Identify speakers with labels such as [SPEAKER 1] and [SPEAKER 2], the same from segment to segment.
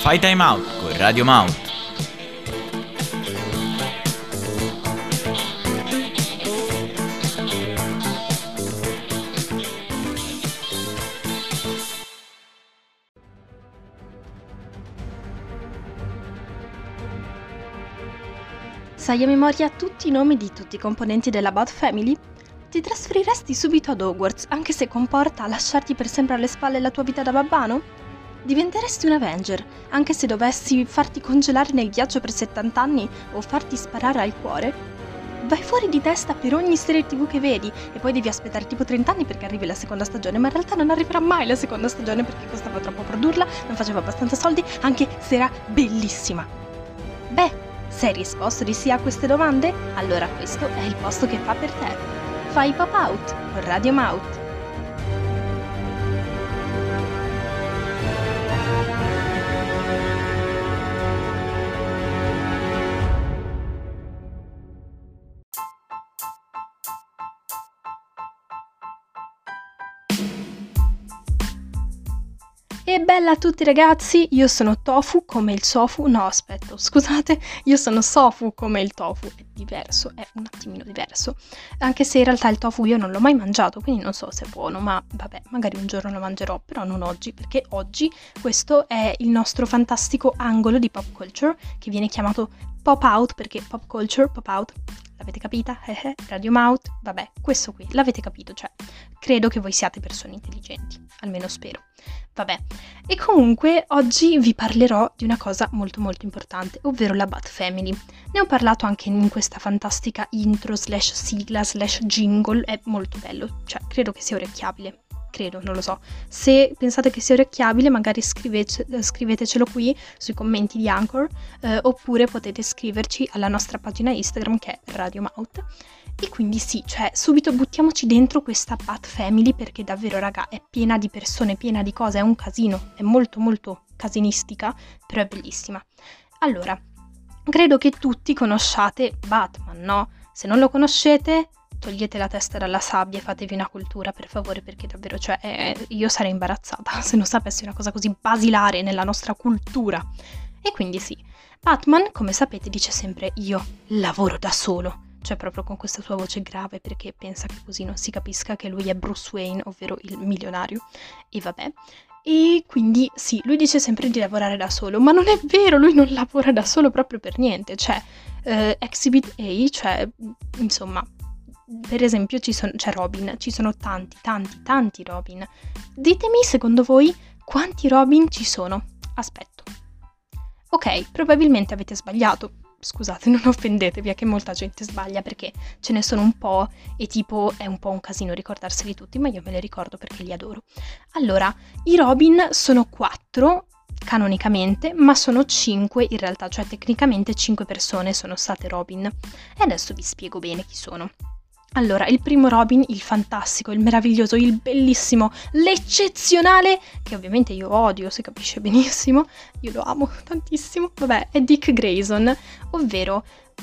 [SPEAKER 1] Fai Time Out con Radio Mount.
[SPEAKER 2] Sai a memoria tutti i nomi di tutti i componenti della Bat Family? Ti trasferiresti subito ad Hogwarts, anche se comporta lasciarti per sempre alle spalle la tua vita da babbano? Diventeresti un Avenger, anche se dovessi farti congelare nel ghiaccio per 70 anni o farti sparare al cuore? Vai fuori di testa per ogni serie TV che vedi e poi devi aspettare tipo 30 anni perché arrivi la seconda stagione, ma in realtà non arriverà mai la seconda stagione perché costava troppo produrla, non faceva abbastanza soldi, anche se era bellissima. Beh, sei risposto di sì a queste domande? Allora questo è il posto che fa per te. Fai Pop Out con Radio Mount. E bella a tutti ragazzi, io sono Tofu come il Sofu, no aspetta, scusate, io sono Sofu come il tofu, è diverso, è un attimino diverso, anche se in realtà il tofu io non l'ho mai mangiato, quindi non so se è buono, ma vabbè, magari un giorno lo mangerò, però non oggi, perché oggi questo è il nostro fantastico angolo di pop culture, che viene chiamato Pop Out, perché pop culture, pop out, l'avete capita? Radio Mouth, vabbè, questo qui, l'avete capito, cioè, credo che voi siate persone intelligenti, almeno spero. Vabbè, e comunque oggi vi parlerò di una cosa molto molto importante, ovvero la Bat Family. Ne ho parlato anche in questa fantastica intro / sigla / jingle, è molto bello, cioè credo che sia orecchiabile. Credo, non lo so. Se pensate che sia orecchiabile, magari scrivetecelo qui sui commenti di Anchor, oppure potete scriverci alla nostra pagina Instagram che è Radio Mouth. E quindi sì, cioè subito buttiamoci dentro questa Bat Family perché davvero raga è piena di persone, piena di cose, è un casino, è molto molto casinistica, però è bellissima. Allora, credo che tutti conosciate Batman, no? Se non lo conoscete, togliete la testa dalla sabbia e fatevi una cultura per favore perché davvero, cioè, io sarei imbarazzata se non sapessi una cosa così basilare nella nostra cultura. E quindi sì, Batman, come sapete, dice sempre io lavoro da solo. Cioè proprio con questa sua voce grave perché pensa che così non si capisca che lui è Bruce Wayne, ovvero il milionario, e vabbè. E quindi sì, lui dice sempre di lavorare da solo, ma non è vero, lui non lavora da solo proprio per niente, cioè Exhibit A, cioè insomma, per esempio c'è Robin, ci sono tanti Robin. Ditemi secondo voi quanti Robin ci sono? Aspetto. Ok, probabilmente avete sbagliato. Scusate, non offendetevi, è che molta gente sbaglia perché ce ne sono un po' e tipo è un po' un casino ricordarseli tutti, ma io me li ricordo perché li adoro. Allora, i Robin sono 4 canonicamente, ma sono 5 in realtà, cioè tecnicamente 5 persone sono state Robin. E adesso vi spiego bene chi sono. Allora, il primo Robin, il fantastico, il meraviglioso, il bellissimo, l'eccezionale, che ovviamente io odio, si capisce benissimo, io lo amo tantissimo, vabbè, è Dick Grayson, ovvero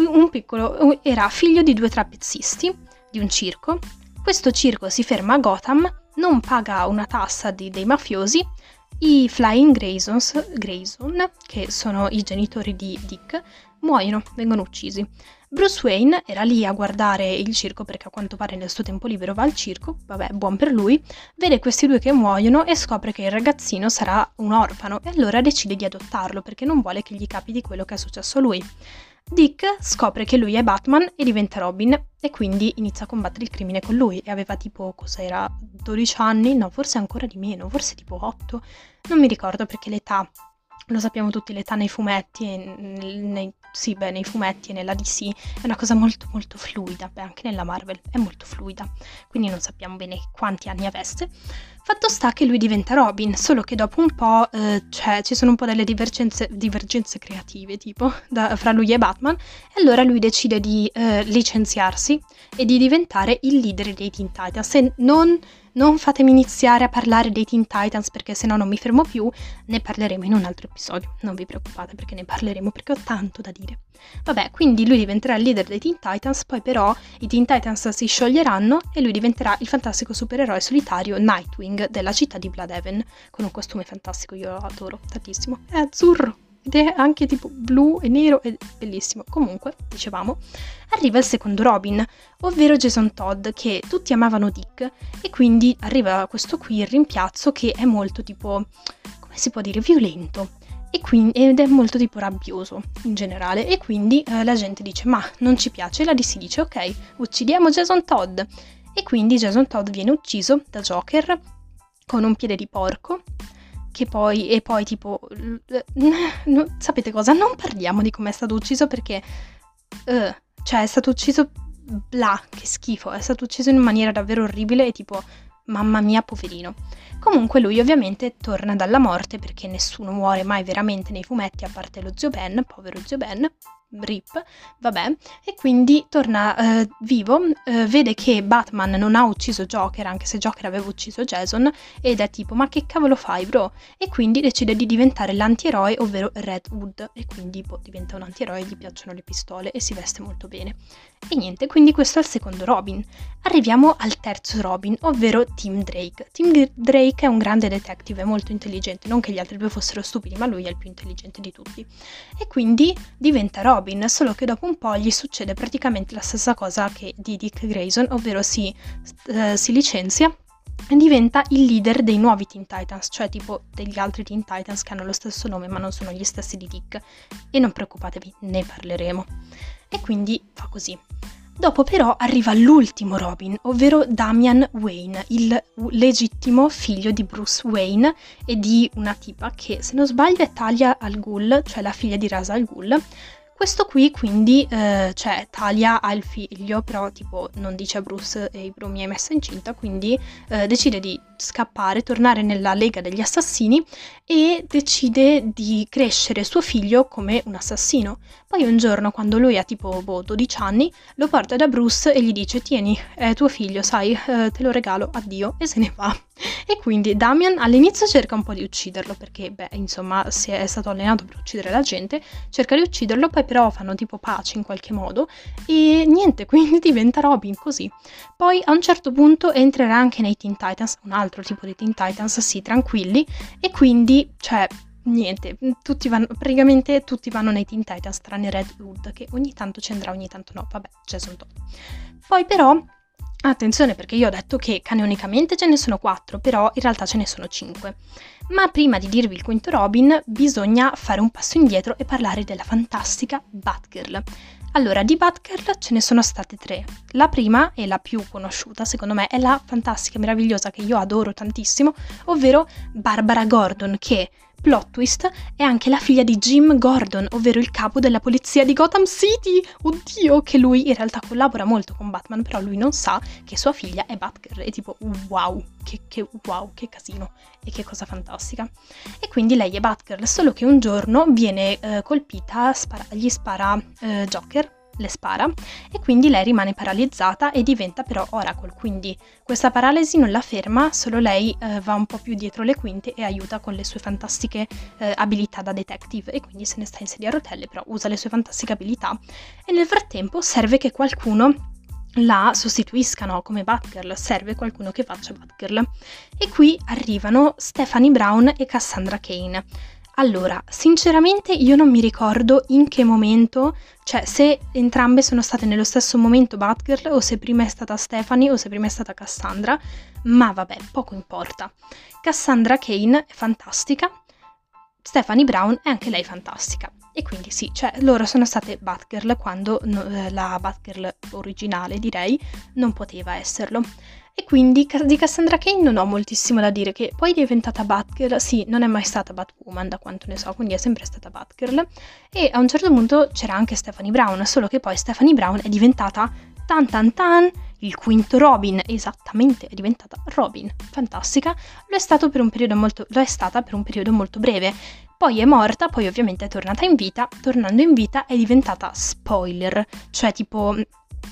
[SPEAKER 2] era figlio di 2 trapezzisti di un circo. Questo circo si ferma a Gotham, non paga una tassa dei mafiosi, i Flying Grayson, che sono i genitori di Dick, muoiono, vengono uccisi. Bruce Wayne era lì a guardare il circo perché a quanto pare nel suo tempo libero va al circo, vabbè, buon per lui, vede questi 2 che muoiono e scopre che il ragazzino sarà un orfano e allora decide di adottarlo perché non vuole che gli capiti quello che è successo a lui. Dick scopre che lui è Batman e diventa Robin e quindi inizia a combattere il crimine con lui e aveva tipo, cos'era, 12 anni? No, forse ancora di meno, forse tipo 8, non mi ricordo perché l'età, lo sappiamo tutti, l'età nei fumetti e nei fumetti e nella DC è una cosa molto molto fluida, beh anche nella Marvel è molto fluida, quindi non sappiamo bene quanti anni avesse. Fatto sta che lui diventa Robin, solo che dopo un po' ci sono un po' delle divergenze creative tipo fra lui e Batman e allora lui decide di licenziarsi e di diventare il leader dei Teen Titans e non non fatemi iniziare a parlare dei Teen Titans perché sennò non mi fermo più, ne parleremo in un altro episodio, non vi preoccupate perché ne parleremo perché ho tanto da dire. Vabbè, quindi lui diventerà il leader dei Teen Titans, poi però i Teen Titans si scioglieranno e lui diventerà il fantastico supereroe solitario Nightwing della città di Bloodhaven, con un costume fantastico, io lo adoro tantissimo, è azzurro ed è anche tipo blu e nero, è bellissimo. Comunque, dicevamo, arriva il secondo Robin, ovvero Jason Todd, che tutti amavano Dick, e quindi arriva questo qui, il rimpiazzo, che è molto tipo, come si può dire, violento. Ed è molto tipo rabbioso in generale, e quindi la gente dice ma non ci piace, e la DC dice ok, uccidiamo Jason Todd, e quindi Jason Todd viene ucciso da Joker con un piede di porco, che poi tipo sapete cosa, non parliamo di come è stato ucciso perché cioè è stato ucciso che schifo, è stato ucciso in maniera davvero orribile e tipo mamma mia poverino. Comunque lui ovviamente torna dalla morte perché nessuno muore mai veramente nei fumetti a parte lo zio Ben, povero zio Ben, rip, vabbè, e quindi torna vivo, vede che Batman non ha ucciso Joker, anche se Joker aveva ucciso Jason, ed è tipo ma che cavolo fai bro? E quindi decide di diventare l'antieroe, ovvero Red Hood, e quindi diventa un antieroe, gli piacciono le pistole e si veste molto bene. E niente, quindi questo è il secondo Robin. Arriviamo al terzo Robin, ovvero Tim Drake. Tim Drake è un grande detective, molto intelligente, non che gli altri due fossero stupidi, ma lui è il più intelligente di tutti. E quindi diventa Robin, solo che dopo un po' gli succede praticamente la stessa cosa che di Dick Grayson, ovvero si licenzia e diventa il leader dei nuovi Teen Titans, cioè tipo degli altri Teen Titans che hanno lo stesso nome ma non sono gli stessi di Dick. E non preoccupatevi, ne parleremo. E quindi fa così. Dopo però arriva l'ultimo Robin, ovvero Damian Wayne, il legittimo figlio di Bruce Wayne e di una tipa che, se non sbaglio, è Talia al Ghul, cioè la figlia di Ra's al Ghul. Questo qui quindi, cioè Talia ha il figlio, però tipo non dice a Bruce ehi bro mi hai messa incinta, quindi decide di scappare, tornare nella Lega degli Assassini e decide di crescere suo figlio come un assassino. Poi un giorno, quando lui ha tipo 12 anni, lo porta da Bruce e gli dice tieni, è tuo figlio, sai, te lo regalo, addio, e se ne va. E quindi Damian all'inizio cerca un po' di ucciderlo perché, beh, insomma, si è stato allenato per uccidere la gente, cerca di ucciderlo, poi però fanno tipo pace in qualche modo e niente, quindi diventa Robin così. Poi a un certo punto entrerà anche nei Teen Titans, un altro tipo di Teen Titans, sì, tranquilli, e quindi, cioè, niente, praticamente tutti vanno nei Teen Titans tranne Red Hood, che ogni tanto ci andrà, ogni tanto no, vabbè, Jason Todd. Poi però attenzione perché io ho detto che canonicamente ce ne sono 4, però in realtà ce ne sono 5. Ma prima di dirvi il quinto Robin bisogna fare un passo indietro e parlare della fantastica Batgirl. Allora, di Batgirl ce ne sono state 3. La prima e la più conosciuta, secondo me, è la fantastica, meravigliosa, che io adoro tantissimo, ovvero Barbara Gordon, che, plot twist, è anche la figlia di Jim Gordon, ovvero il capo della polizia di Gotham City. Oddio, che lui in realtà collabora molto con Batman, però lui non sa che sua figlia è Batgirl. E tipo, wow, che casino e che cosa fantastica. E quindi lei è Batgirl, solo che un giorno viene colpita, gli spara Joker, le spara, e quindi lei rimane paralizzata e diventa però Oracle, quindi questa paralisi non la ferma, solo lei va un po' più dietro le quinte e aiuta con le sue fantastiche abilità da detective, e quindi se ne sta in sedia a rotelle, però usa le sue fantastiche abilità, e nel frattempo serve che qualcuno la sostituiscano come Batgirl, serve qualcuno che faccia Batgirl. E qui arrivano Stephanie Brown e Cassandra Cain. Allora, sinceramente io non mi ricordo in che momento, cioè se entrambe sono state nello stesso momento Batgirl o se prima è stata Stephanie o se prima è stata Cassandra, ma vabbè, poco importa. Cassandra Cain è fantastica, Stephanie Brown è anche lei fantastica. E quindi sì, cioè loro sono state Batgirl quando la Batgirl originale, direi, non poteva esserlo. E quindi di Cassandra Cain non ho moltissimo da dire, che poi è diventata Batgirl, sì, non è mai stata Batwoman da quanto ne so, quindi è sempre stata Batgirl. E a un certo punto c'era anche Stephanie Brown, solo che poi Stephanie Brown è diventata il quinto Robin, esattamente, è diventata Robin, fantastica. Lo è stata per un periodo molto breve. Poi è morta, poi ovviamente è tornata in vita, tornando in vita è diventata spoiler, cioè tipo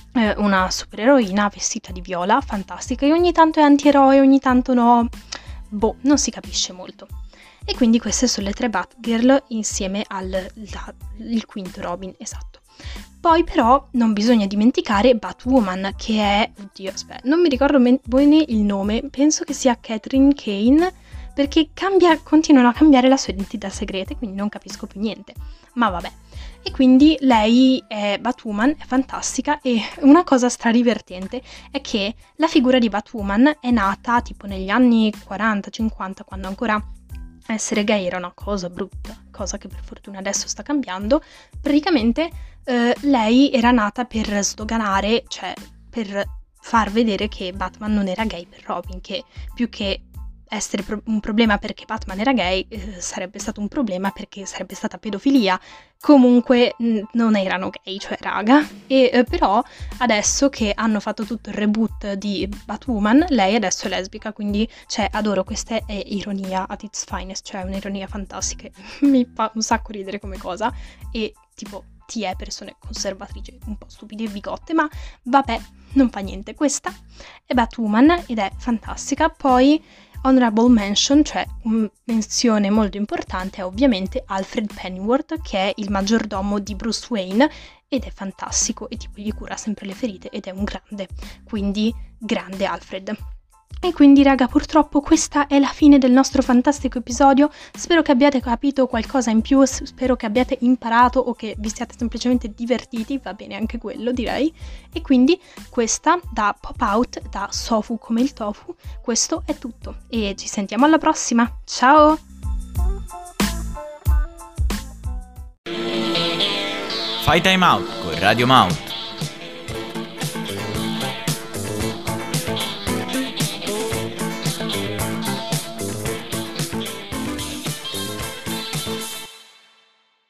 [SPEAKER 2] una supereroina vestita di viola, fantastica, e ogni tanto è antieroe, ogni tanto no, non si capisce molto. E quindi queste sono le 3 Batgirl insieme il quinto Robin, esatto. Poi però non bisogna dimenticare Batwoman, che è, oddio aspetta, non mi ricordo bene il nome, penso che sia Catherine Kane, perché continuano a cambiare la sua identità segreta, quindi non capisco più niente, ma vabbè. E quindi lei è Batwoman, è fantastica, e una cosa stradivertente è che la figura di Batwoman è nata tipo negli anni 40-50, quando ancora essere gay era una cosa brutta, cosa che per fortuna adesso sta cambiando. Praticamente lei era nata per sdoganare, cioè per far vedere che Batman non era gay per Robin, che più che essere un problema perché Batman era gay, sarebbe stato un problema perché sarebbe stata pedofilia. Comunque non erano gay, cioè raga. E però adesso che hanno fatto tutto il reboot di Batwoman, lei adesso è lesbica, quindi cioè adoro, questa è ironia at its finest, cioè un'ironia fantastica, mi fa un sacco ridere come cosa, e tipo ti è persone conservatrici un po' stupide e bigotte, ma vabbè, non fa niente. Questa è Batwoman ed è fantastica. Poi honorable mention, cioè menzione molto importante, è ovviamente Alfred Pennyworth, che è il maggiordomo di Bruce Wayne ed è fantastico e tipo gli cura sempre le ferite ed è un grande, quindi grande Alfred. E quindi raga, purtroppo questa è la fine del nostro fantastico episodio. Spero che abbiate capito qualcosa in più, spero che abbiate imparato o che vi siate semplicemente divertiti, va bene anche quello direi. E quindi questa da Pop Out, da Sofu come il tofu, questo è tutto e ci sentiamo alla prossima, ciao!
[SPEAKER 1] Fai Time Out con Radio Mount.